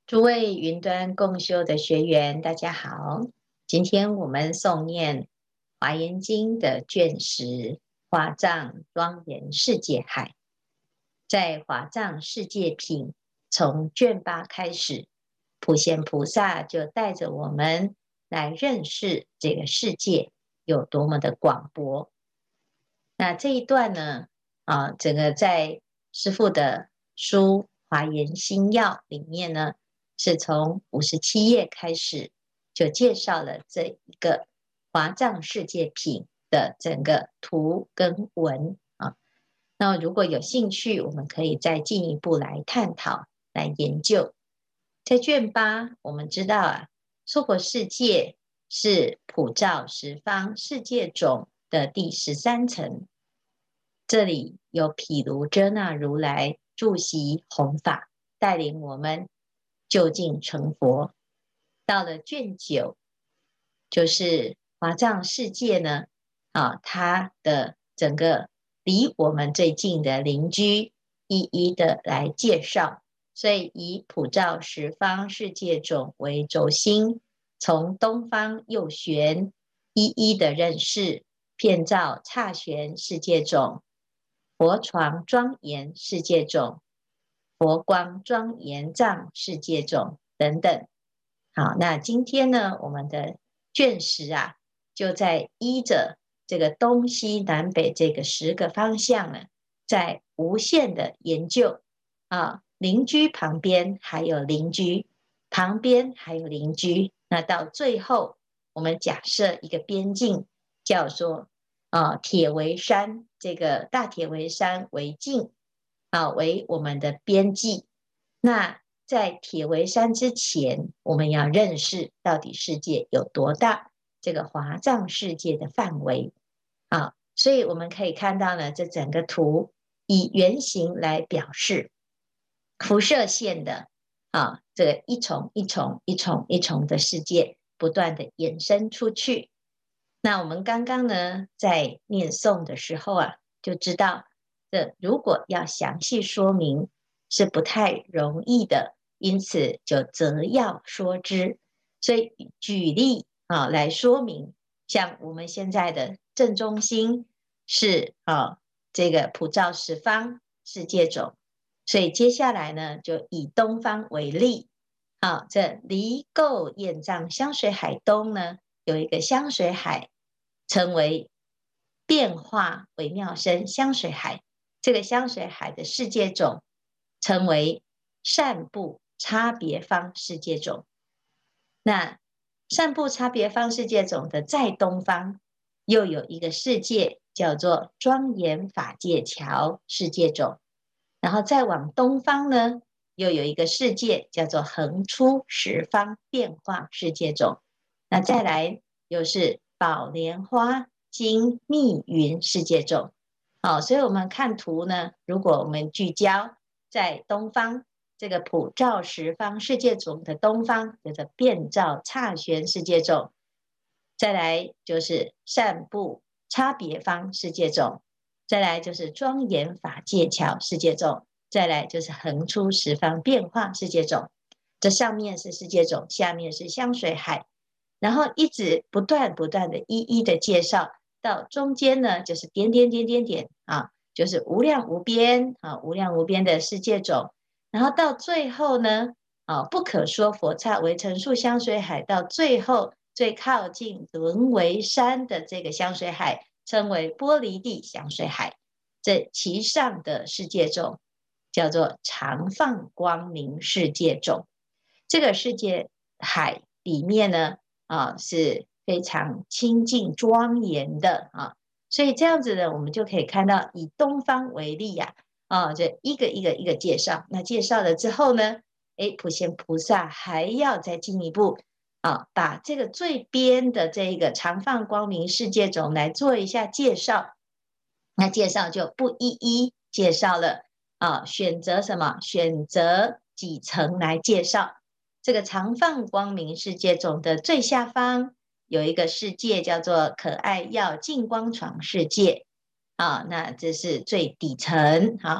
诸位云端共修的学员，大家好。今天我们诵念《华严经》的卷10华藏庄严世界海。在华藏世界品从卷8开始，普贤菩萨就带着我们来认识这个世界有多么的广博。那这一段呢，整个在师父的书《华严心要》里面呢，是从57页开始就介绍了这一个华藏世界品的整个图跟文啊。那如果有兴趣，我们可以再进一步来探讨、来研究。在卷8，我们知道娑婆世界是普照十方世界种的第13层。这里有毗卢遮那如来住席弘法，带领我们就近成佛。到了卷9，就是华藏世界呢，它的整个离我们最近的邻居，一一的来介绍。所以以普照十方世界种为轴心，从东方右旋，一一的认识遍照刹玄世界种、佛床庄严世界种、佛光庄严藏世界种等等。好，那今天呢，我们的卷10就在依着这个东西南北这个10个方向呢，在无限的研究邻居旁边还有邻居，旁边还有邻居，那到最后我们假设一个边境，叫做铁围山，这个大铁围山为境为我们的边际。那在铁围山之前，我们要认识到底世界有多大，这个华藏世界的范围所以我们可以看到呢，这整个图以圆形来表示辐射线的这个一重一重一重一重的世界不断的延伸出去。那我们刚刚呢在念诵的时候就知道这如果要详细说明是不太容易的，因此就择要说之。所以举例来说明，像我们现在的正中心是这个普照十方世界种，所以接下来呢就以东方为例。这离垢焰藏香水海东呢有一个香水海，称为变化微妙身香水海。这个香水海的世界种称为善布差别方世界种。那善布差别方世界种的在东方又有一个世界叫做庄严法界桥世界种，然后再往东方呢又有一个世界叫做横出十方变化世界种。那再来又是宝莲花金密云世界种。所以我们看图呢，如果我们聚焦在东方，这个普照十方世界种的东方叫做遍照刹玄世界种，再来就是善布差别方世界种，再来就是庄严法界桥世界种，再来就是横出十方变化世界种。这上面是世界种，下面是香水海，然后一直不断的一一的介绍，到中间呢就是点点点点点就是无量无边无量无边的世界种。然后到最后呢不可说佛刹为成数香水海，到最后最靠近轮回山的这个香水海称为玻璃地香水海。这其上的世界种叫做常放光明世界种。这个世界海里面呢是非常清净庄严的所以这样子呢，我们就可以看到以东方为例这一个一个一个介绍。那介绍了之后呢，普贤菩萨还要再进一步把这个最边的这一个常放光明世界种来做一下介绍。那介绍就不一一介绍了选择什么？选择几层来介绍。这个常放光明世界种的最下方有一个世界叫做可爱要净光床世界那这是最底层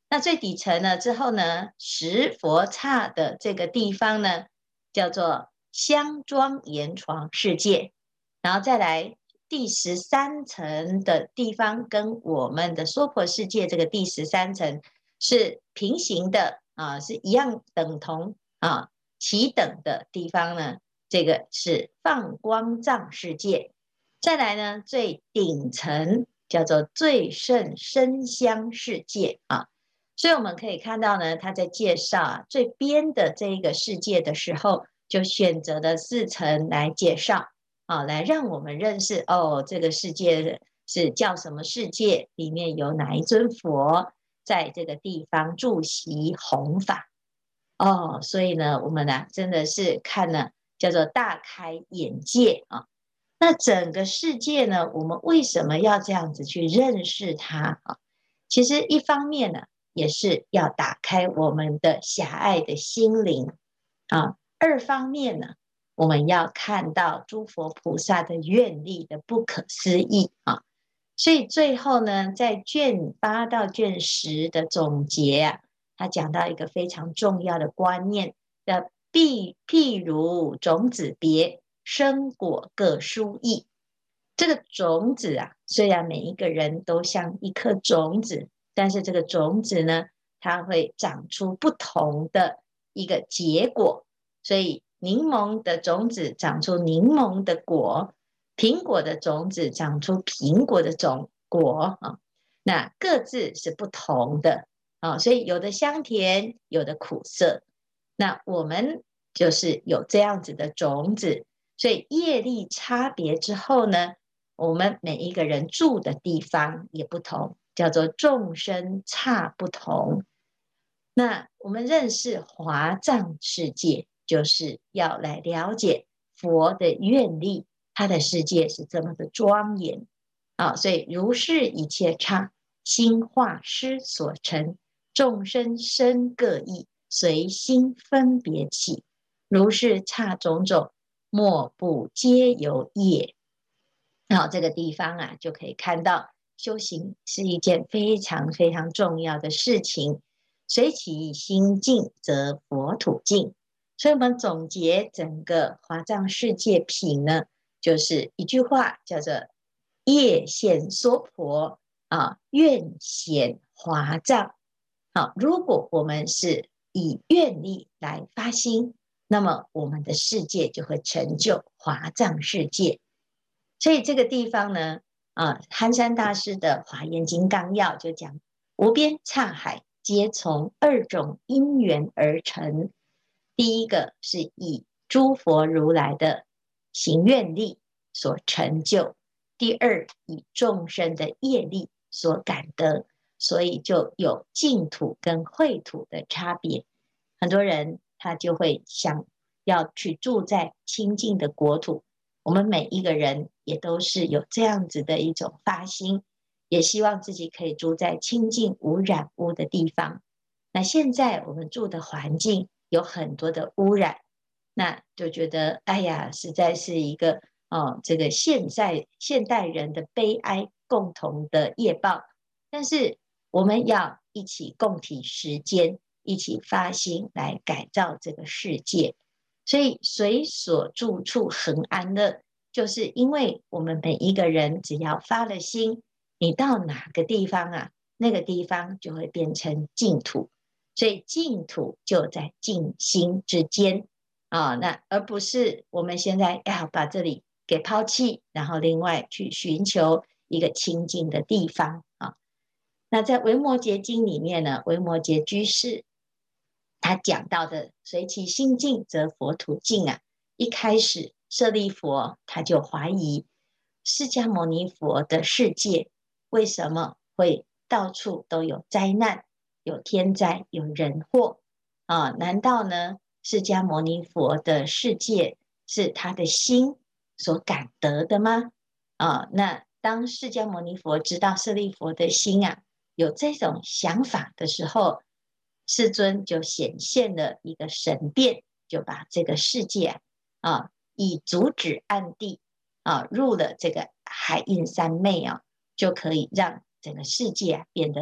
那最底层了之后呢，十佛刹的这个地方呢，叫做香庄严床世界，然后再来第13层的地方，跟我们的娑婆世界这个第13层是平行的啊，是一样等同啊，齐等的地方呢，这个是放光藏世界。再来呢，最顶层叫做最胜生香世界啊。所以我们可以看到呢，他在介绍最边的这一个世界的时候，就选择了4层来介绍啊，来让我们认识哦，这个世界是叫什么世界，里面有哪一尊佛在这个地方住席弘法哦。所以呢，我们呢真的是看了叫做大开眼界啊。那整个世界呢，我们为什么要这样子去认识它啊？其实一方面呢，也是要打开我们的狭隘的心灵啊；二方面呢，我们要看到诸佛菩萨的愿力的不可思议啊。所以最后呢，在卷8到卷10的总结啊，他讲到一个非常重要的观念，叫譬如种子别，生果各殊异。这个种子啊，虽然每一个人都像一颗种子，但是这个种子呢，它会长出不同的一个结果。所以柠檬的种子长出柠檬的果，苹果的种子长出苹果的果啊，那各自是不同的啊，所以有的香甜，有的苦涩。那我们就是有这样子的种子，所以业力差别之后呢，我们每一个人住的地方也不同，叫做众生差不同。那我们认识华藏世界，就是要来了解佛的愿力，他的世界是这么的庄严啊！所以如是一切差，心化师所成，众生身各异，随心分别起，如是差种种，莫不皆有业。好，这个地方啊，就可以看到修行是一件非常非常重要的事情。随其心净，则佛土净。所以，我们总结整个华藏世界品呢，就是一句话，叫做业现娑婆啊，愿显华藏。好，如果我们是以愿力来发心，那么我们的世界就会成就华藏世界。所以这个地方呢，憨山大师的《华严经纲要》就讲，无边刹海皆从2种因缘而成。第一个是以诸佛如来的行愿力所成就，第二以众生的业力所感得，所以就有净土跟秽土的差别。很多人他就会想要去住在清净的国土。我们每一个人也都是有这样子的一种发心，也希望自己可以住在清净无染污的地方。那现在我们住的环境有很多的污染，那就觉得哎呀，实在是一个这个现代人的悲哀，共同的业报。但是我们要一起共体时间，一起发心来改造这个世界。所以随所住处恒安乐，就是因为我们每一个人只要发了心，你到哪个地方啊，那个地方就会变成净土。所以净土就在净心之间啊，那而不是我们现在要把这里给抛弃，然后另外去寻求一个清净的地方啊。那在维摩诘经里面呢，维摩诘居士他讲到的随其心净则佛土净啊，一开始舍利佛他就怀疑释迦牟尼佛的世界为什么会到处都有灾难，有天灾，有人祸啊？难道呢释迦牟尼佛的世界是他的心所感得的吗？啊，那当释迦牟尼佛知道舍利佛的心啊有这种想法的时候，世尊就显现了一个神变，就把这个世界以足指按地入了这个海印三昧啊，就可以让整个世界变得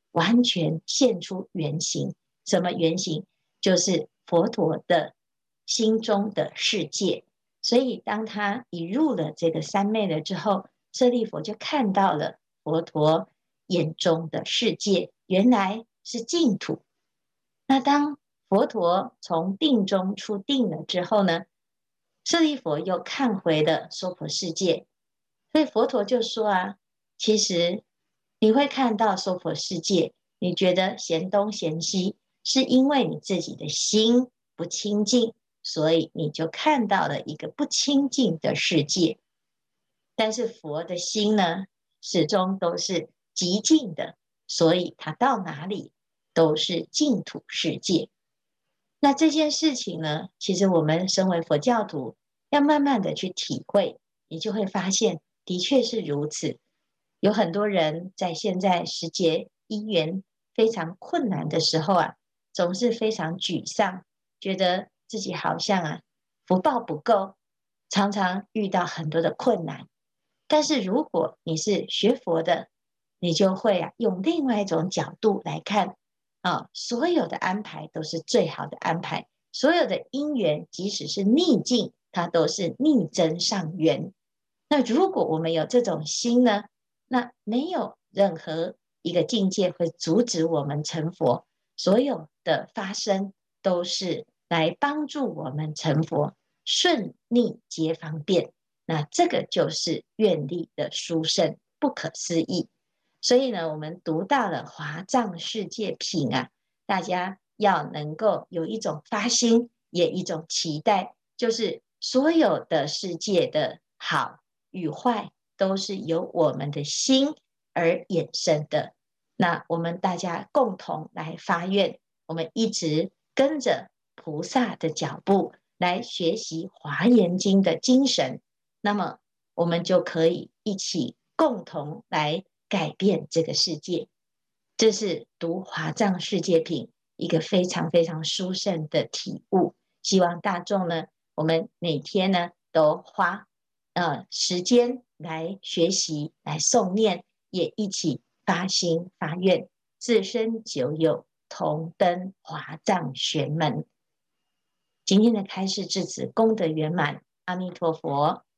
完全现出原形。什么原形？就是佛陀的心中的世界。所以当他一入了这个三昧了之后，舍利弗就看到了佛陀眼中的世界，原来是净土。那当佛陀从定中出定了之后呢，舍利弗又看回了娑婆世界，所以佛陀就说啊，其实你会看到娑婆世界，你觉得嫌东嫌西，是因为你自己的心不清净，所以你就看到了一个不清净的世界。但是佛的心呢，始终都是极净的，所以他到哪里都是净土世界。那这件事情呢，其实我们身为佛教徒，要慢慢的去体会，你就会发现，的确是如此。有很多人在现在时节因缘非常困难的时候啊，总是非常沮丧，觉得自己好像福报不够，常常遇到很多的困难。但是如果你是学佛的，你就会用另外一种角度来看所有的安排都是最好的安排，所有的因缘即使是逆境，它都是逆增上缘。那如果我们有这种心呢，那没有任何一个境界会阻止我们成佛，所有的发生都是来帮助我们成佛，顺逆皆方便。那这个就是愿力的殊胜，不可思议。所以呢，我们读到了华藏世界品大家要能够有一种发心，也一种期待，就是所有的世界的好与坏，都是由我们的心而衍生的。那我们大家共同来发愿，我们一直跟着菩萨的脚步来学习华严经的精神，那么我们就可以一起共同来改变这个世界。这是读华藏世界品一个非常非常殊胜的体悟。希望大众呢，我们每天呢都花时间来学习，来诵念，也一起发心发愿，自身久有同登华藏玄门。今天的开示至此功德圆满，阿弥陀佛。